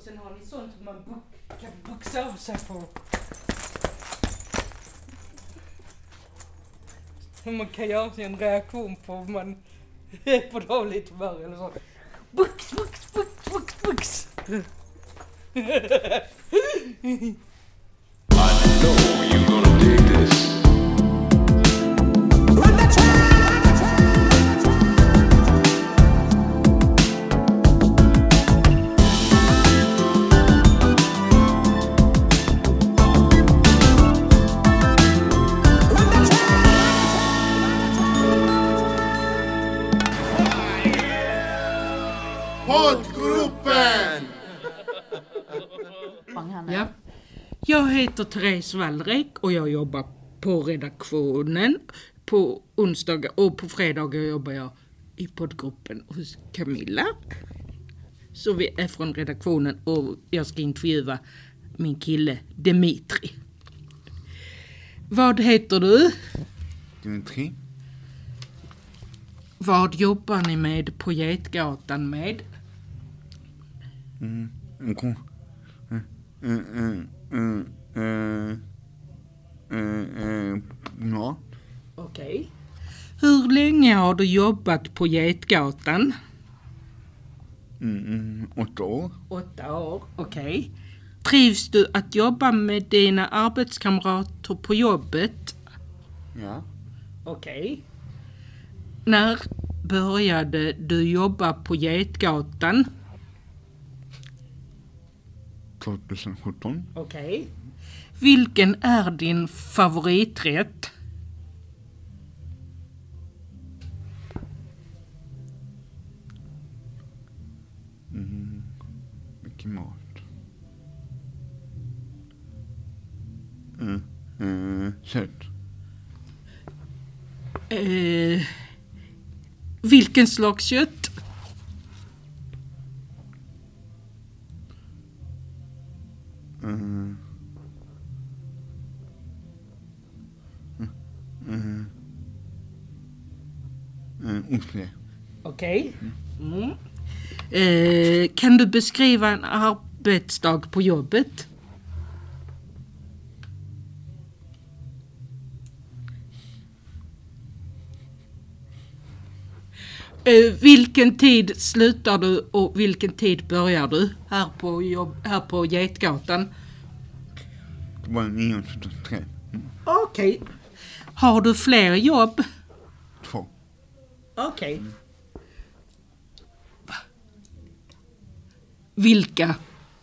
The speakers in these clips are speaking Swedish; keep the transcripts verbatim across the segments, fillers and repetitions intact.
Och sen har ni sånt som man bu- kan buxa av sig på. Man kan göra sin reaktion på om man är på dåligt humör eller så. Bux, bux, bux, bux, bux. I know you're gonna dig this. Run the track! Poddgruppen! Ja. Jag heter Therese Wallrek och jag jobbar på redaktionen. På onsdagar och på fredagar jobbar jag i poddgruppen hos Camilla. Så vi är från redaktionen och jag ska intervjua min kille Dimitri. Vad heter du? Dimitri. Vad jobbar ni med på Getgatan med? Mm. Okay. Mm, mm, mm, mm, mm, mm, ja. Okej. Okay. Hur länge har du jobbat på Getgatan? Mm, mm, åtta år. Åtta år, okej. Okay. Trivs du att jobba med dina arbetskamrater på jobbet? Ja. Okej. Okay. När började du jobba på Getgatan? tjugosjutton. Okej. Okay. Vilken är din favoriträtt? Mm, mycket mat. Mm, mm, kött. Eh, vilken slags kött? Mm. Mm. Mm. Oxfilé. Okej. Okay. Mm. Eh, kan du beskriva en arbetsdag på jobbet? Eh, vilken tid slutar du och vilken tid börjar du här på, jobb, här på Getgatan? Det var nio till tre. Mm. Okej. Okay. Har du fler jobb? Två. Okej. Okay. Mm. Vilka?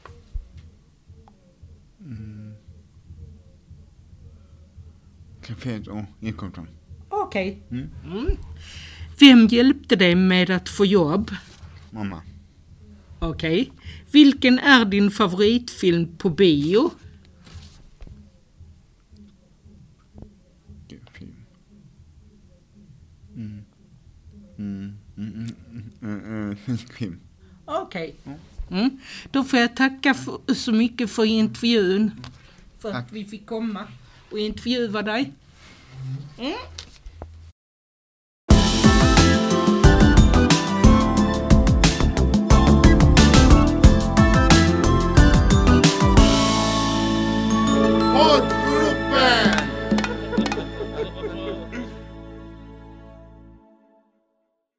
Mm. Caféet och Getgatan. Okej. Okay. Mm. Mm. Vem hjälpte dig med att få jobb? Mamma. Okej. Okay. Vilken är din favoritfilm på bio? Film. Mm. Mm. Mm. Mm. Mm. Mm. Film. Okej. Okay. Mm. Då får jag tacka för, så mycket för intervjun. För att vi fick komma och intervjua dig. Mm.